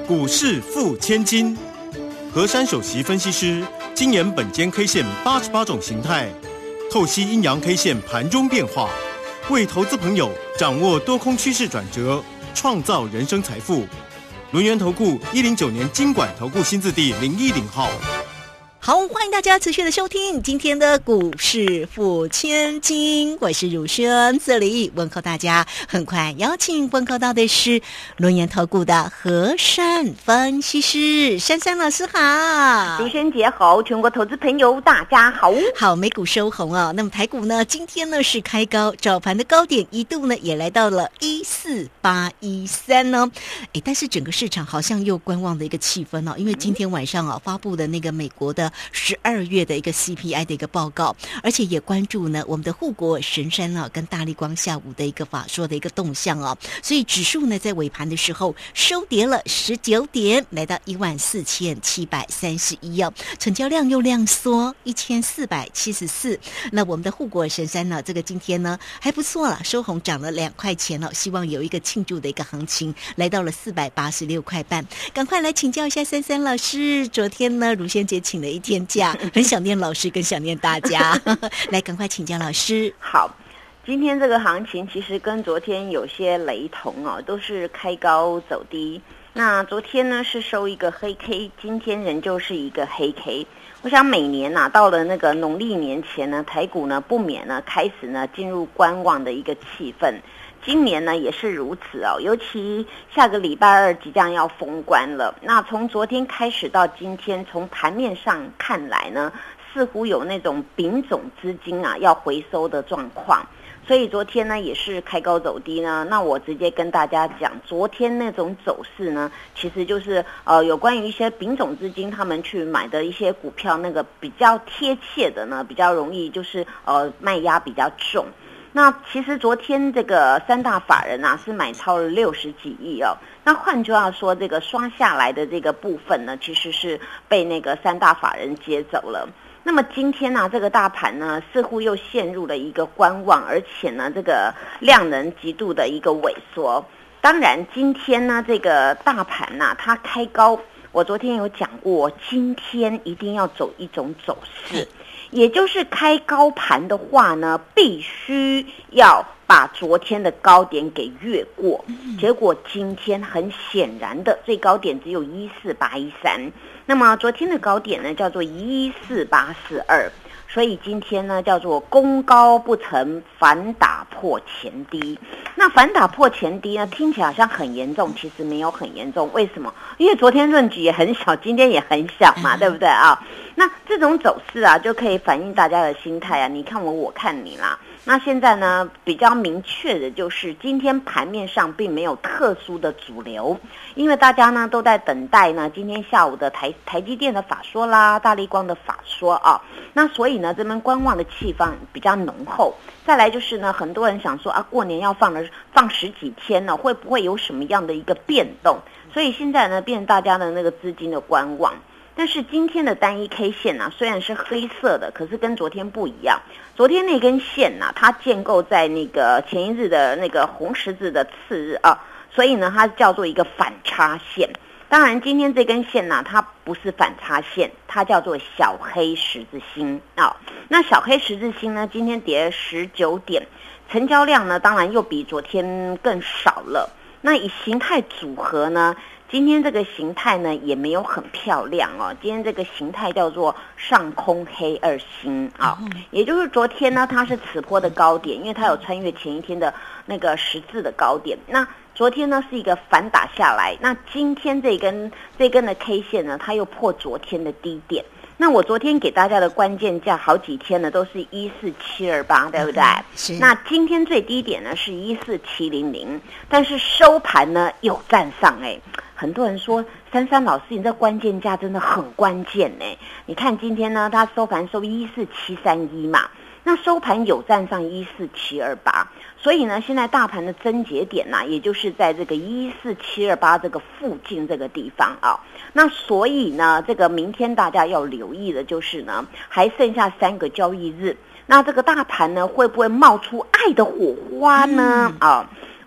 股市富千金，和山首席分析师精研本间 K 线88种形态，透析阴阳 K 线盘中变化，为投资朋友掌握多空趋势转折，创造人生财富。轮源投顾109年金管投顾新字第010号。 好，欢迎大家持续的收听今天的股市富千金，我是汝轩，这里问候大家。很快邀请问候到的是轮源投顾的和山分析师珊珊老师好。 汝轩姐好，全国投资朋友大家好。 好，美股收红啊，那么台股呢，今天呢是开高，早盘的高点一度呢也来到了14813呢，但是整个市场好像又观望的一个气氛哦，因为今天晚上啊发布的那个美国的12月的一个 CPI 的一个报告，而且也关注呢我们的护国神山啊跟大立光下午的一个法说的一个动向啊，所以指数呢在尾盘的时候收跌了19点，来到14731哦，成交量又量缩1474。那我们的护国神山呢，这个今天呢还不错了，收红涨了2块钱哦，希望有一个庆祝的一个行情，来到了486块半。赶快来请教一下珊珊老师，昨天呢如仙姐请了一天假，很想念老师跟想念大家来赶快请教老师。 好，今天这个行情其实跟昨天有些雷同哦，都是开高走低。那昨天呢是收一个黑 K， 今天仍旧是一个黑 K。我想每年到了那个农历年前呢，台股呢不免呢开始呢进入观望的一个气氛。今年呢也是如此哦，尤其下个礼拜二即将要封关了。那从昨天开始到今天，从盘面上看来呢，似乎有那种丙种资金要回收的状况。所以昨天呢也是开高走低呢。那我直接跟大家讲，昨天那种走势呢，其实就是有关于一些丙种资金他们去买的一些股票，那个比较贴切的呢，比较容易就是卖压比较重。那其实昨天这个三大法人是买超了60几亿哦。那换句话说，这个刷下来的这个部分呢，其实是被那个三大法人接走了。那么今天这个大盘呢似乎又陷入了一个观望，而且呢这个量能极度的一个萎缩。当然今天呢这个大盘它开高，我昨天有讲过，今天一定要走一种走势，也就是开高盘的话呢，必须要把昨天的高点给越过。结果今天很显然的最高点只有14813，那么昨天的高点呢叫做14842，所以今天呢叫做攻高不成，反打破前低。那反打破前低呢，听起来好像很严重，其实没有很严重。为什么？因为昨天论局也很小，今天也很小嘛，对不对啊？那这种走势就可以反映大家的心态你看我，我看你啦。那现在呢比较明确的就是今天盘面上并没有特殊的主流，因为大家呢都在等待呢今天下午的台积电的法说啦，大立光的法说那所以呢这边观望的气氛比较浓厚。再来就是呢很多人想说过年要放10几天呢，会不会有什么样的一个变动？所以现在呢变成大家的那个资金的观望。但是今天的单一 K 线虽然是黑色的，可是跟昨天不一样。昨天那根线它建构在那个前一日的那个红十字的次日所以呢它叫做一个反差线。当然今天这根线它不是反差线，它叫做小黑十字星那小黑十字星呢今天跌了19点，成交量呢当然又比昨天更少了。那以形态组合呢，今天这个形态呢也没有很漂亮今天这个形态叫做上空黑二星也就是昨天呢它是此波的高点，因为它有穿越前一天的那个十字的高点。那昨天呢是一个反打下来，那今天这根的 K 线呢它又破昨天的低点。那我昨天给大家的关键价好几天呢都是14728，对不对？那今天最低点呢是14700，但是收盘呢有站上很多人说珊珊老师你这关键价真的很关键你看今天呢它收盘收14731嘛，那收盘有站上14728，所以呢现在大盘的症结点也就是在这个14728这个附近这个地方那所以呢这个明天大家要留意的就是呢还剩下3个交易日，那这个大盘呢会不会冒出爱的火花呢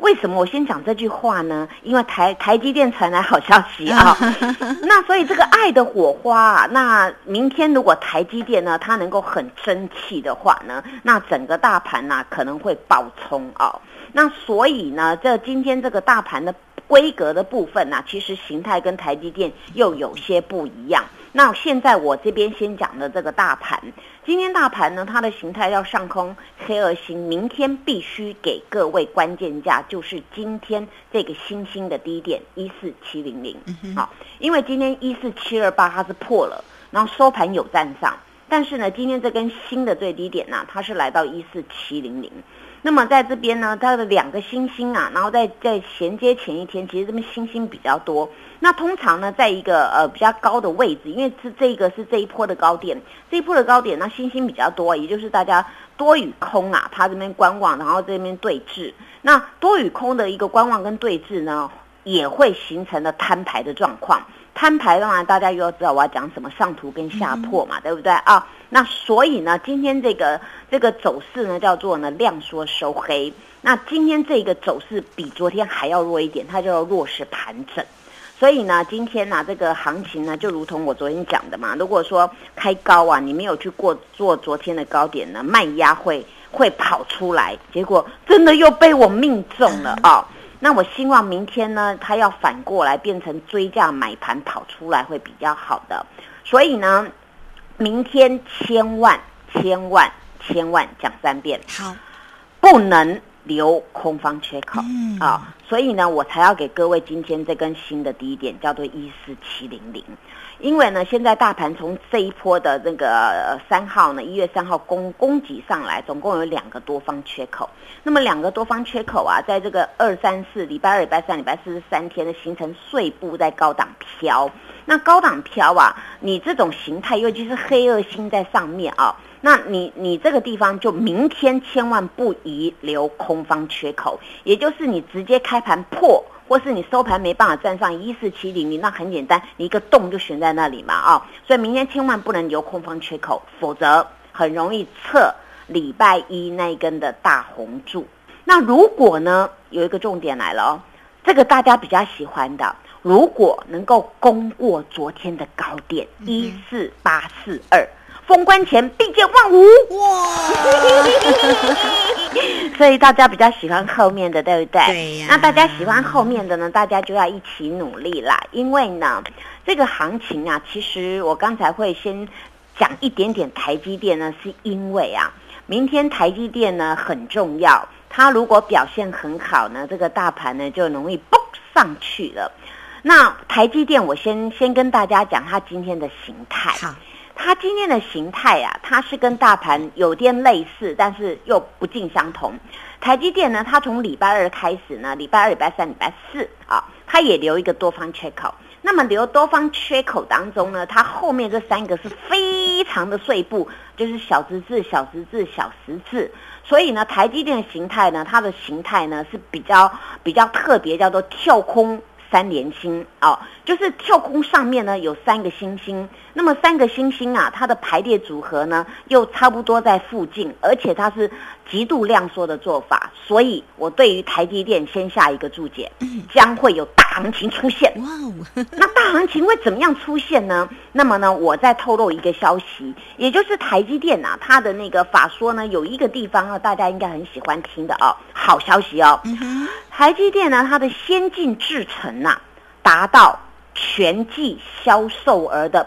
为什么我先讲这句话呢？因为台积电传来好消息啊，那所以这个爱的火花啊，那明天如果台积电呢，它能够很争气的话呢，那整个大盘呢可能会爆冲啊。那所以呢，今天这个大盘的规格的部分呢，其实形态跟台积电又有些不一样。那现在我这边先讲的这个大盘，今天大盘呢，它的形态要上空黑二星，明天必须给各位关键价，就是今天这个新兴的低点14700。好，因为今天14728它是破了，然后收盘有站上，但是呢，今天这根新的最低点呢，它是来到14700。那么在这边呢，它的两个星星啊，然后在衔接前一天，其实这边星星比较多。那通常呢，在一个比较高的位置，因为这个是这一波的高点，这一波的高点，那星星比较多，也就是大家多与空啊，它这边观望，然后这边对峙。那多与空的一个观望跟对峙呢，也会形成了摊牌的状况。摊牌当然大家又要知道我要讲什么，上图跟下破嘛，对不对啊？那所以呢，今天这个走势呢叫做呢量缩收黑。那今天这个走势比昨天还要弱一点，它叫弱势盘整。所以呢，今天呢这个行情呢，就如同我昨天讲的嘛，如果说开高啊，你没有去做昨天的高点呢，卖压会跑出来，结果真的又被我命中了啊！那我希望明天呢，它要反过来变成追价买盘跑出来会比较好的。所以呢，明天千万讲3遍， 好， 不能留空方缺口啊！所以呢，我才要给各位今天这根新的低点叫做14700。因为呢，现在大盘从这一波的这个3号呢，1月3号攻击上来，总共有2个多方缺口。那么2个多方缺口啊，在这个2、3、4礼拜2、礼拜3、礼拜4是3天的形成碎步在高档飘。那高档飘啊，你这种形态，尤其是黑二星在上面啊，那你这个地方就明天千万不宜留空方缺口，也就是你直接开盘破，或是你收盘没办法站上14700，那很简单，你一个洞就悬在那里嘛啊！所以明天千万不能留空方缺口，否则很容易测礼拜1那一根的大红柱。那如果呢，有一个重点来了哦，这个大家比较喜欢的，如果能够攻过昨天的高点14842，封关前必见万五哇！所以大家比较喜欢后面的，对不对？ 对呀。 那大家喜欢后面的呢，大家就要一起努力啦。因为呢，这个行情啊，其实我刚才会先讲一点点台积电呢，是因为啊，明天台积电呢很重要，它如果表现很好呢，这个大盘呢就容易蹦上去了。那台积电，我先跟大家讲它今天的形态。好。它今天的形态啊，它是跟大盘有点类似，但是又不尽相同。台积电呢，它从礼拜2开始呢，礼拜2、礼拜3、礼拜4啊，它也留一个多方缺口。那么留多方缺口当中呢，它后面这3个是非常的碎步，就是小十字、小十字、小十字。所以呢，台积电的形态呢，它的形态呢是比较特别，叫做跳空3连星哦，就是跳空上面呢有3个星星，那么3个星星啊，它的排列组合呢又差不多在附近，而且它是极度量缩的做法，所以我对于台积电先下一个注解，将会有大行情出现。哇哦，那大行情会怎么样出现呢？那么呢，我再透露一个消息，也就是台积电啊，它的那个法说呢，有一个地方啊，大家应该很喜欢听的哦，好消息哦。台积电呢，它的先进制程啊，达到全季销售额的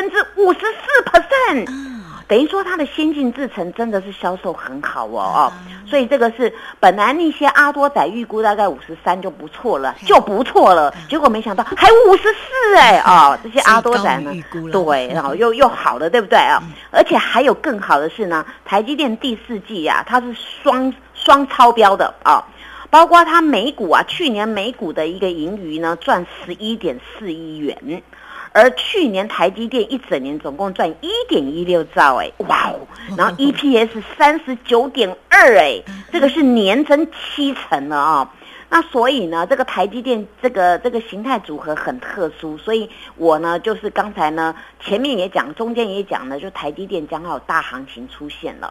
54%，等于说它的先进制程真的是销售很好哦。所以这个是本来那些阿多仔预估大概53就不错了，结果没想到还54这些阿多仔呢，对，然后又好了，对不对啊？而且还有更好的是呢，台积电第4季啊，它是双超标的啊。包括它每股啊，去年每股的一个盈余呢，赚11.4亿元，而去年台积电一整年总共赚1.16兆哇哦，然后 EPS 39.2这个是年增70%了啊。那所以呢，这个台积电这个形态组合很特殊，所以我呢就是刚才呢前面也讲，中间也讲了，就台积电将要有大行情出现了哦。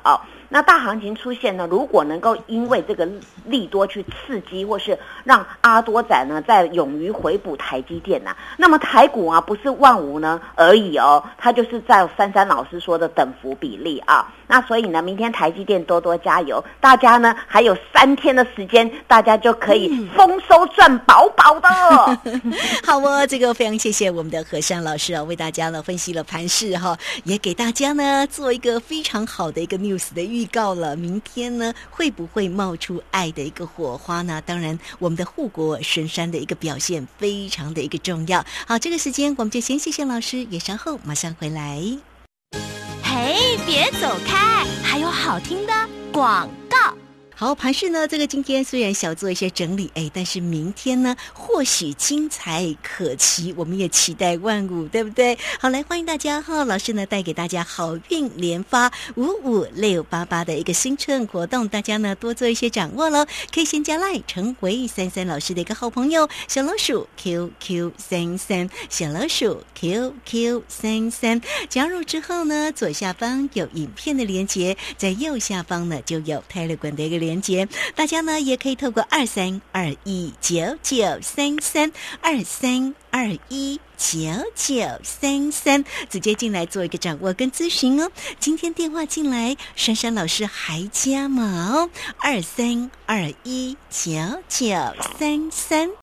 那大行情出现呢，如果能够因为这个利多去刺激，或是让阿多仔呢再勇于回补台积电啊，那么台股啊不是万五呢而已哦，它就是在珊珊老师说的等幅比例啊。那所以呢，明天台积电多多加油，大家呢还有3天的时间，大家就可以丰收赚饱饱的。 好哦，这个非常谢谢我们的和珊老师啊，为大家呢分析了盘势哈，也给大家呢做一个非常好的一个 news 的预告了。明天呢会不会冒出爱的一个火花呢？当然，我们的护国神山的一个表现非常的一个重要。好，这个时间我们就先谢谢老师，也稍后马上回来。 嘿，别走开，还有好听的广告。 好，盘势呢，这个今天虽然小做一些整理，但是明天呢，或许精彩可期，我们也期待万五，对不对？好，来欢迎大家哈，老师呢带给大家好运连发55688的一个新春活动，大家呢多做一些掌握咯，可以先加 LINE 成为33老师的一个好朋友，小老鼠 QQ33， 小老鼠 QQ33， 加入之后呢，左下方有影片的连结，在右下方呢就有 Telegram 的一个连结，大家呢也可以透过23219933 23219933直接进来做一个掌握跟咨询哦。今天电话进来，珊珊老师还加码哦，23219933。